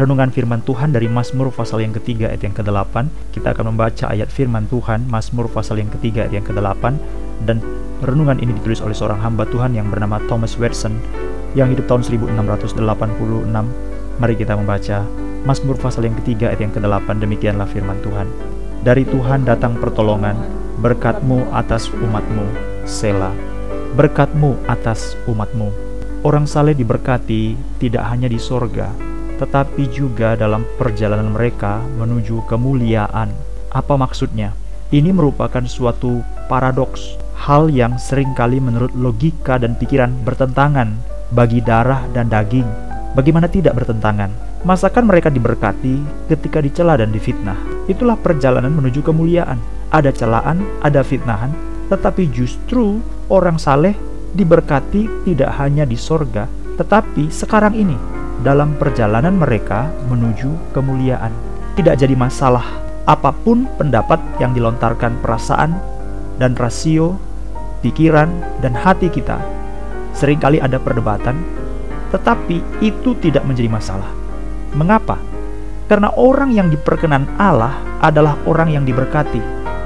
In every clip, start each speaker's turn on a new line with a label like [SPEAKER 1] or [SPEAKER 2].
[SPEAKER 1] renungan firman Tuhan dari Mazmur pasal yang ketiga ayat yang ke-8. Kita akan membaca ayat firman Tuhan Mazmur pasal yang ketiga ayat yang ke-8, dan renungan ini ditulis oleh seorang hamba Tuhan yang bernama Thomas Watson yang hidup tahun 1686. Mari kita membaca Mazmur pasal yang ketiga ayat yang ke-8. Demikianlah firman Tuhan. Dari Tuhan datang pertolongan, berkat-Mu atas umat-Mu, Selah. Berkat-Mu atas umat-Mu. Orang saleh diberkati tidak hanya di sorga, tetapi juga dalam perjalanan mereka menuju kemuliaan. Apa maksudnya? Ini merupakan suatu paradoks, hal yang seringkali menurut logika dan pikiran bertentangan bagi darah dan daging. Bagaimana tidak bertentangan? Masakan mereka diberkati ketika dicela dan difitnah? Itulah perjalanan menuju kemuliaan. Ada celaan, ada fitnahan, tetapi justru orang saleh diberkati tidak hanya di sorga, tetapi sekarang ini dalam perjalanan mereka menuju kemuliaan. Tidak jadi masalah apapun pendapat yang dilontarkan perasaan dan rasio, pikiran dan hati kita. Seringkali ada perdebatan, tetapi itu tidak menjadi masalah. Mengapa? Karena orang yang diperkenan Allah adalah orang yang diberkati.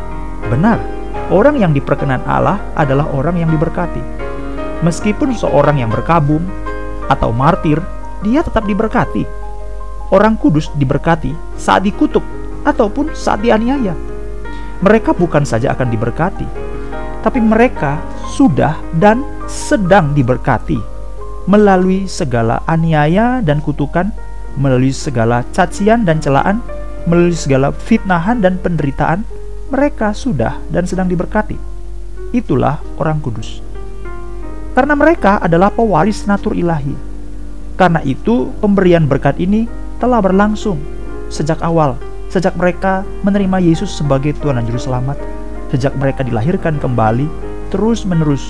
[SPEAKER 1] Benar, orang yang diperkenan Allah adalah orang yang diberkati. Meskipun seorang yang berkabung atau martir, dia tetap diberkati. Orang kudus diberkati saat dikutuk ataupun saat dianiaya. Mereka bukan saja akan diberkati, tapi mereka sudah dan sedang diberkati melalui segala aniaya dan kutukan, melalui segala cacian dan celaan, melalui segala fitnahan dan penderitaan. Mereka sudah dan sedang diberkati. Itulah orang kudus. Karena mereka adalah pewaris natur ilahi. Karena itu pemberian berkat ini telah berlangsung sejak awal, sejak mereka menerima Yesus sebagai Tuhan dan Juru Selamat, sejak mereka dilahirkan kembali, terus menerus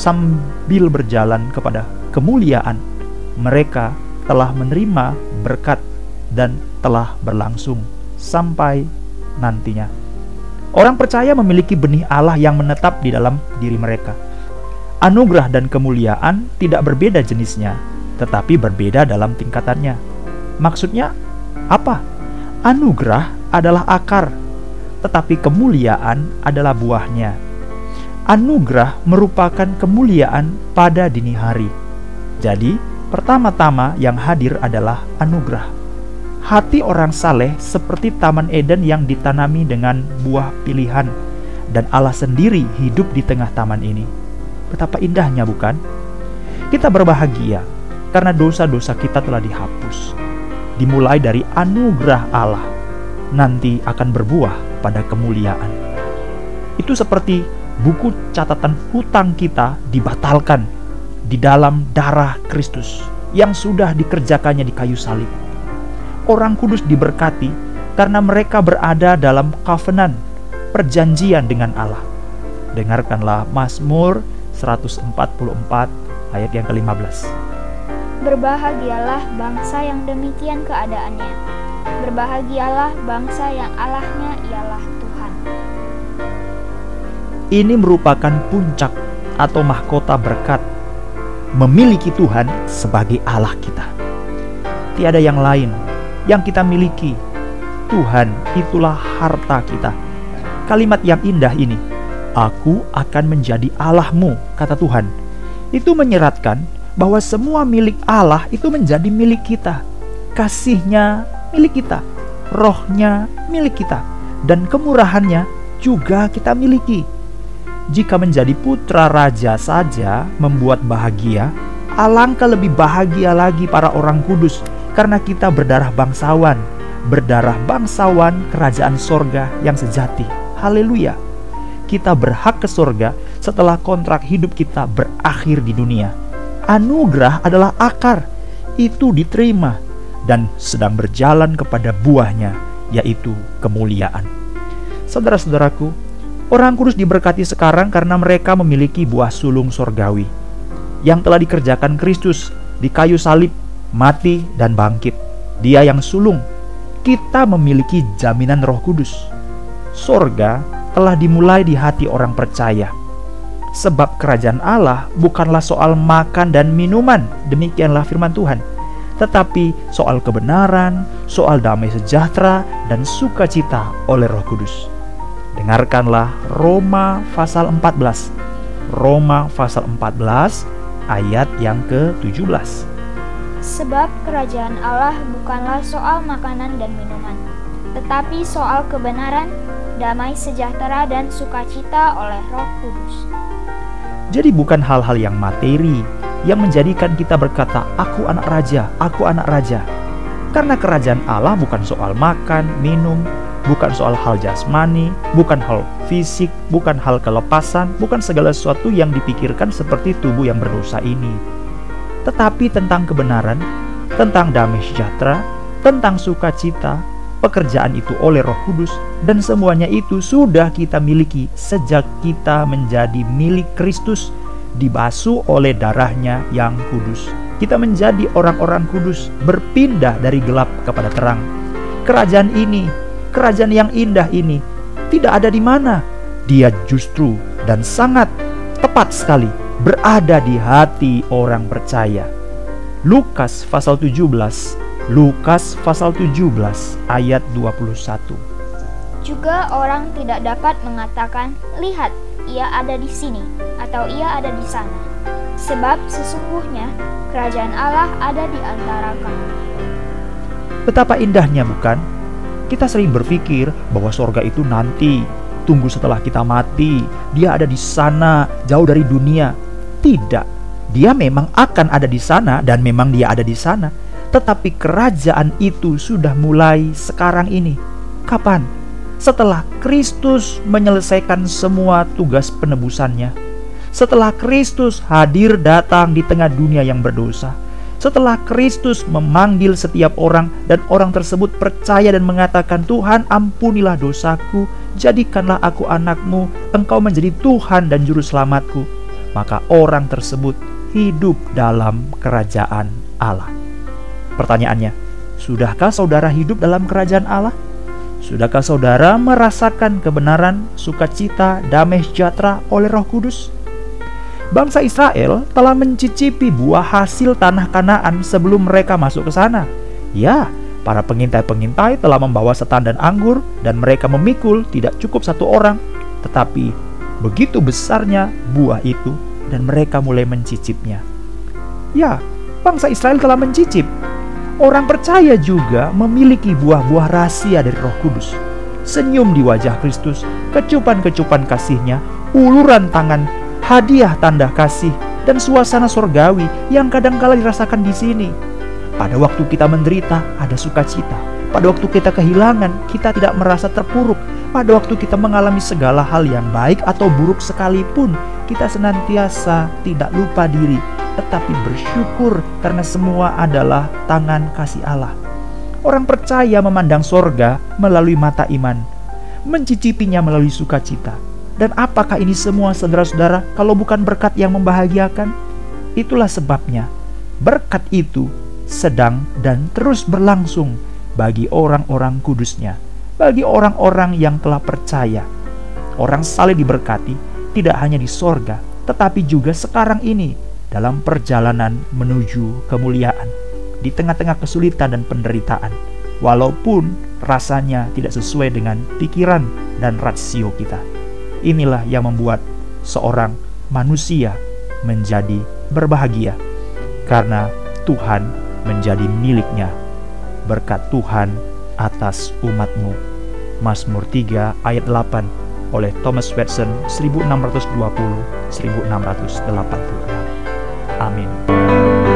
[SPEAKER 1] sambil berjalan kepada kemuliaan. Mereka telah menerima berkat dan telah berlangsung sampai nantinya. Orang percaya memiliki benih Allah yang menetap di dalam diri mereka. Anugerah dan kemuliaan tidak berbeda jenisnya, tetapi berbeda dalam tingkatannya. Maksudnya apa? Anugerah adalah akar, tetapi kemuliaan adalah buahnya. Anugerah merupakan kemuliaan pada dini hari. Jadi, pertama-tama yang hadir adalah anugerah. Hati orang saleh seperti Taman Eden yang ditanami dengan buah pilihan, dan Allah sendiri hidup di tengah taman ini. Betapa indahnya, bukan? Kita berbahagia karena dosa-dosa kita telah dihapus. Dimulai dari anugerah Allah, nanti akan berbuah pada kemuliaan. Itu seperti buku catatan hutang kita dibatalkan di dalam darah Kristus yang sudah dikerjakannya di kayu salib. Orang kudus diberkati karena mereka berada dalam covenant, perjanjian dengan Allah. Dengarkanlah Mazmur 144 ayat yang ke-15.
[SPEAKER 2] Berbahagialah bangsa yang demikian keadaannya. Berbahagialah bangsa yang Allahnya ialah Tuhan.
[SPEAKER 1] Ini merupakan puncak atau mahkota berkat, memiliki Tuhan sebagai Allah kita. Tiada yang lain yang kita miliki. Tuhan itulah harta kita. Kalimat yang indah ini, "Aku akan menjadi Allahmu," kata Tuhan. Itu menyeratkan bahwa semua milik Allah itu menjadi milik kita. Kasih-Nya milik kita, roh-Nya milik kita, dan kemurahan-Nya juga kita miliki. Jika menjadi putra raja saja membuat bahagia, alangkah lebih bahagia lagi para orang kudus, karena kita berdarah bangsawan kerajaan sorga yang sejati. Haleluya. Kita berhak ke sorga setelah kontrak hidup kita berakhir di dunia. Anugerah adalah akar, itu diterima dan sedang berjalan kepada buahnya, yaitu kemuliaan. Saudara-saudaraku, orang kudus diberkati sekarang karena mereka memiliki buah sulung sorgawi yang telah dikerjakan Kristus di kayu salib, mati dan bangkit. Dia yang sulung. Kita memiliki jaminan Roh Kudus. Sorga telah dimulai di hati orang percaya. Sebab kerajaan Allah bukanlah soal makan dan minuman, demikianlah firman Tuhan, tetapi soal kebenaran, soal damai sejahtera, dan sukacita oleh Roh Kudus. Dengarkanlah Roma pasal 14. Roma pasal 14 ayat yang ke-17.
[SPEAKER 2] Sebab kerajaan Allah bukanlah soal makanan dan minuman, tetapi soal kebenaran, damai sejahtera, dan sukacita oleh Roh Kudus.
[SPEAKER 1] Jadi bukan hal-hal yang materi yang menjadikan kita berkata, aku anak raja, aku anak raja. Karena kerajaan Allah bukan soal makan, minum, bukan soal hal jasmani, bukan hal fisik, bukan hal kelepasan, bukan segala sesuatu yang dipikirkan seperti tubuh yang berdosa ini. Tetapi tentang kebenaran, tentang damai sejahtera, tentang sukacita, pekerjaan itu oleh Roh Kudus, dan semuanya itu sudah kita miliki sejak kita menjadi milik Kristus, dibasuh oleh darahnya yang kudus. Kita menjadi orang-orang kudus, berpindah dari gelap kepada terang. Kerajaan ini, kerajaan yang indah ini, tidak ada di mana. Dia justru dan sangat tepat sekali berada di hati orang percaya. Lukas pasal 17, Lukas pasal 17 ayat 21.
[SPEAKER 2] Juga orang tidak dapat mengatakan, lihat, ia ada di sini, atau ia ada di sana. Sebab sesungguhnya kerajaan Allah ada di antara kamu.
[SPEAKER 1] Betapa indahnya, bukan? Kita sering berpikir bahwa sorga itu nanti, tunggu setelah kita mati, dia ada di sana, jauh dari dunia. Tidak, dia memang akan ada di sana dan memang dia ada di sana. Tetapi kerajaan itu sudah mulai sekarang ini. Kapan? Setelah Kristus menyelesaikan semua tugas penebusannya. Setelah Kristus hadir datang di tengah dunia yang berdosa. Setelah Kristus memanggil setiap orang dan orang tersebut percaya dan mengatakan, Tuhan ampunilah dosaku, jadikanlah aku anakmu, engkau menjadi Tuhan dan Juru Selamatku. Maka orang tersebut hidup dalam kerajaan Allah. Pertanyaannya, sudahkah saudara hidup dalam kerajaan Allah? Sudahkah saudara merasakan kebenaran, sukacita, damai sejahtera oleh Roh Kudus? Bangsa Israel telah mencicipi buah hasil tanah Kanaan sebelum mereka masuk ke sana. Ya, para pengintai-pengintai telah membawa setan dan anggur, dan mereka memikul tidak cukup satu orang. Tetapi begitu besarnya buah itu, dan mereka mulai mencicipnya. Ya, bangsa Israel telah mencicip. Orang percaya juga memiliki buah-buah rahasia dari Roh Kudus. Senyum di wajah Kristus, kecupan-kecupan kasih-Nya, uluran tangan, hadiah tanda kasih, dan suasana sorgawi yang kadangkala dirasakan di sini. Pada waktu kita menderita, ada sukacita. Pada waktu kita kehilangan, kita tidak merasa terpuruk. Pada waktu kita mengalami segala hal yang baik atau buruk sekalipun, kita senantiasa tidak lupa diri, tetapi bersyukur karena semua adalah tangan kasih Allah. Orang percaya memandang sorga melalui mata iman, mencicipinya melalui sukacita. Dan apakah ini semua, saudara-saudara, kalau bukan berkat yang membahagiakan? Itulah sebabnya berkat itu sedang dan terus berlangsung bagi orang-orang kudusnya, bagi orang-orang yang telah percaya. Orang saleh diberkati tidak hanya di sorga, tetapi juga sekarang ini dalam perjalanan menuju kemuliaan, di tengah-tengah kesulitan dan penderitaan, walaupun rasanya tidak sesuai dengan pikiran dan rasio kita. Inilah yang membuat seorang manusia menjadi berbahagia, karena Tuhan menjadi miliknya. Berkat Tuhan atas umatmu. Mazmur 3 ayat 8 oleh Thomas Watson 1620-1686. Amin.